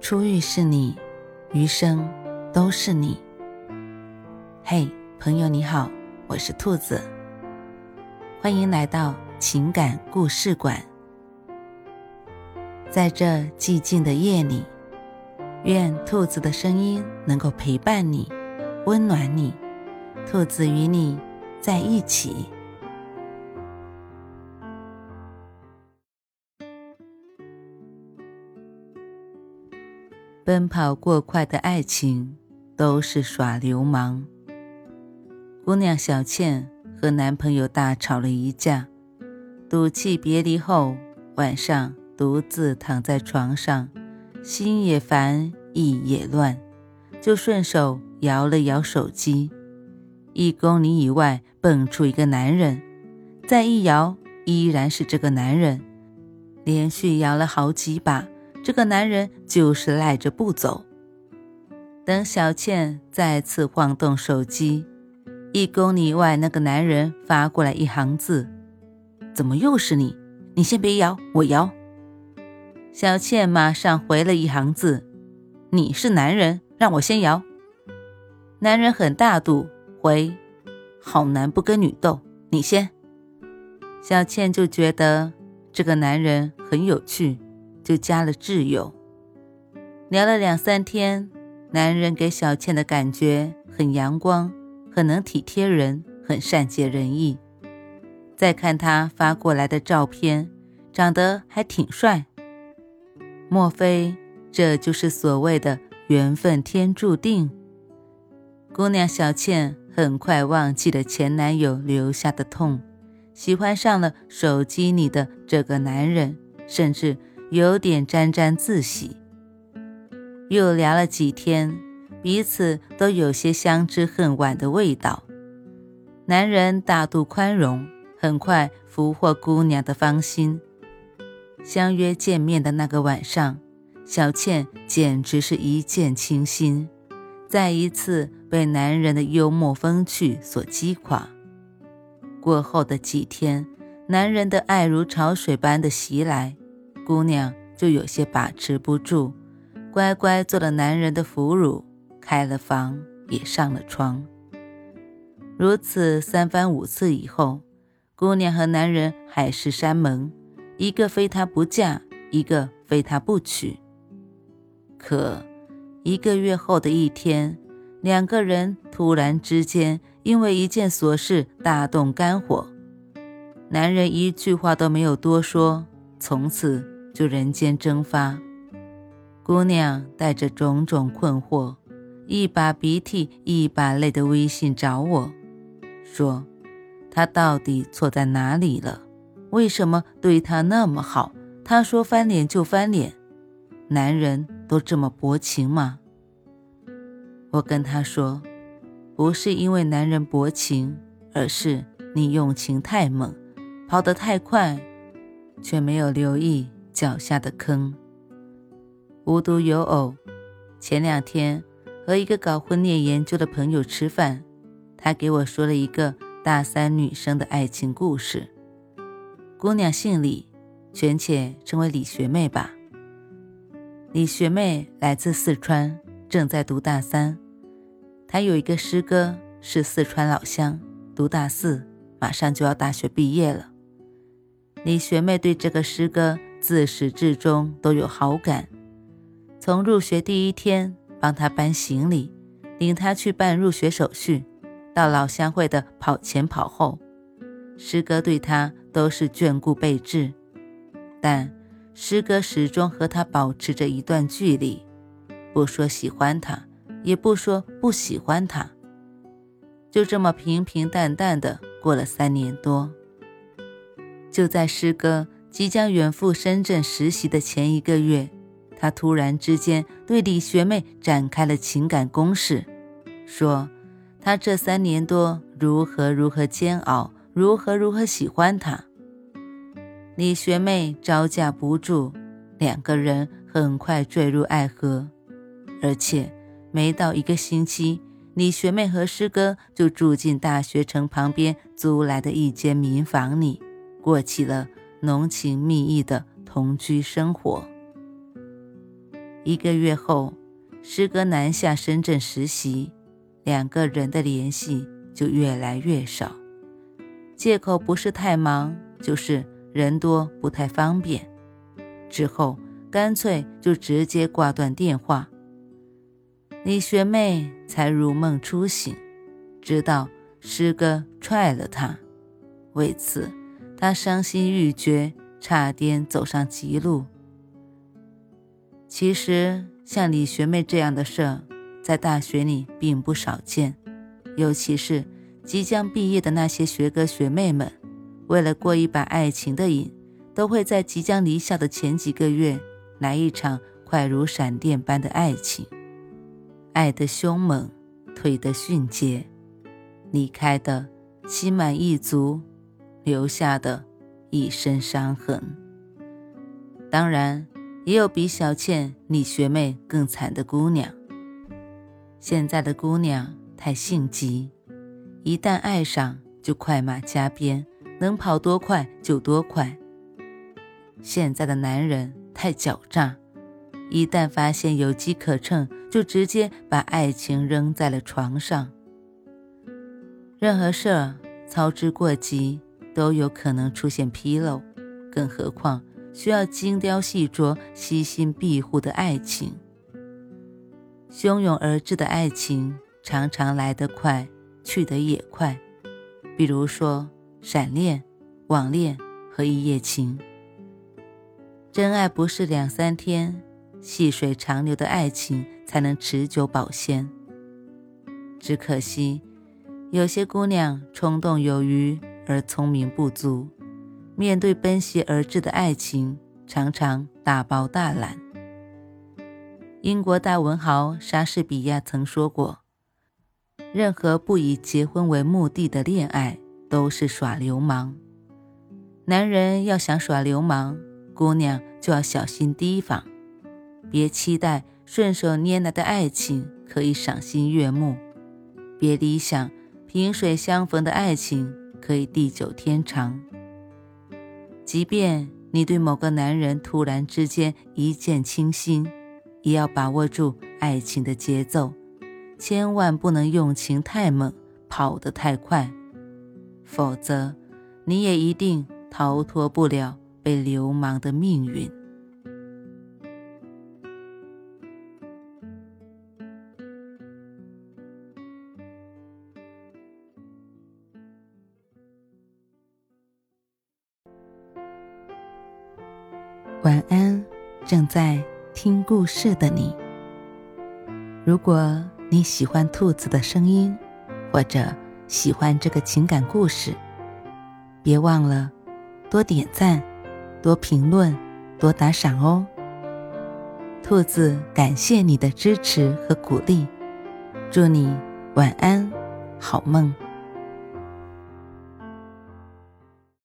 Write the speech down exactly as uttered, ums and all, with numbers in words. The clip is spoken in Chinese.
初遇是你，余生都是你。嘿，朋友你好，我是兔子，欢迎来到情感故事馆。在这寂静的夜里，愿兔子的声音能够陪伴你，温暖你，兔子与你在一起。奔跑过快的爱情都是耍流氓。姑娘小倩和男朋友大吵了一架，赌气别离后，晚上独自躺在床上，心也烦，意也乱，就顺手摇了摇手机。一公里以外蹦出一个男人，再一摇依然是这个男人，连续摇了好几把，这个男人就是赖着不走。等小倩再次晃动手机，一公里外那个男人发过来一行字：怎么又是你？你先别摇，我摇。小倩马上回了一行字：你是男人，让我先摇。男人很大度，回：好男不跟女斗，你先。小倩就觉得这个男人很有趣，就加了挚友。聊了两三天，男人给小倩的感觉很阳光，很能体贴人，很善解人意。再看他发过来的照片，长得还挺帅。莫非这就是所谓的缘分天注定？姑娘小倩很快忘记了前男友留下的痛，喜欢上了手机里的这个男人，甚至有点沾沾自喜。又聊了几天，彼此都有些相知恨晚的味道。男人大度宽容，很快俘获姑娘的芳心。相约见面的那个晚上，小倩简直是一见倾心，再一次被男人的幽默风趣所击垮。过后的几天，男人的爱如潮水般的袭来，姑娘就有些把持不住，乖乖做了男人的俘虏，开了房，也上了床。如此三番五次以后，姑娘和男人海誓山盟，一个非他不嫁，一个非他不娶。可一个月后的一天，两个人突然之间因为一件琐事大动肝火，男人一句话都没有多说，从此就人间蒸发。姑娘带着种种困惑，一把鼻涕一把泪的微信找我，说他到底错在哪里了？为什么对他那么好？他说翻脸就翻脸，男人都这么薄情吗？我跟他说，不是因为男人薄情，而是你用情太猛，跑得太快，却没有留意脚下的坑。无独有偶，前两天和一个搞婚恋研究的朋友吃饭，他给我说了一个大三女生的爱情故事。姑娘姓李，权且称为李学妹吧。李学妹来自四川，正在读大三。她有一个师哥是四川老乡，读大四，马上就要大学毕业了。李学妹对这个师哥自始至终都有好感，从入学第一天帮他搬行李，领他去办入学手续，到老乡会的跑前跑后，师哥对他都是眷顾备至。但师哥始终和他保持着一段距离，不说喜欢他，也不说不喜欢他，就这么平平淡淡的过了三年多。就在师哥即将远赴深圳实习的前一个月，他突然之间对李学妹展开了情感攻势，说他这三年多如何如何煎熬，如何如何喜欢他。李学妹招架不住，两个人很快坠入爱河，而且没到一个星期，李学妹和师哥就住进大学城旁边租来的一间民房里，过起了浓情蜜意的同居生活。 一个月后，师哥南下深圳实习，两个人的联系就越来越少，借口不是太忙，就是人多不太方便。之后干脆就直接挂断电话。李学妹才如梦初醒，知道师哥踹了她，为此她伤心欲绝，差点走上极路。其实像李学妹这样的事在大学里并不少见，尤其是即将毕业的那些学哥学妹们，为了过一把爱情的瘾，都会在即将离校的前几个月来一场快如闪电般的爱情。爱得凶猛，退得迅捷，离开的心满意足，留下的一身伤痕。当然也有比小倩、李学妹更惨的姑娘。现在的姑娘太性急，一旦爱上就快马加鞭，能跑多快就多快。现在的男人太狡诈，一旦发现有机可乘，就直接把爱情扔在了床上。任何事操之过急都有可能出现纰漏，更何况需要精雕细琢、悉心庇护的爱情。汹涌而至的爱情常常来得快，去得也快，比如说闪恋、网恋和一夜情。真爱不是两三天，细水长流的爱情才能持久保鲜。只可惜有些姑娘冲动有余而聪明不足，面对奔袭而至的爱情常常大包大揽。英国大文豪莎士比亚曾说过，任何不以结婚为目的的恋爱都是耍流氓。男人要想耍流氓，姑娘就要小心提防，别期待顺手拈来的爱情可以赏心悦目，别理想萍水相逢的爱情可以地久天长。即便你对某个男人突然之间一见倾心，也要把握住爱情的节奏，千万不能用情太猛，跑得太快，否则你也一定逃脱不了被流氓的命运。晚安，正在听故事的你。如果你喜欢兔子的声音，或者喜欢这个情感故事，别忘了多点赞、多评论、多打赏哦。兔子感谢你的支持和鼓励，祝你晚安，好梦。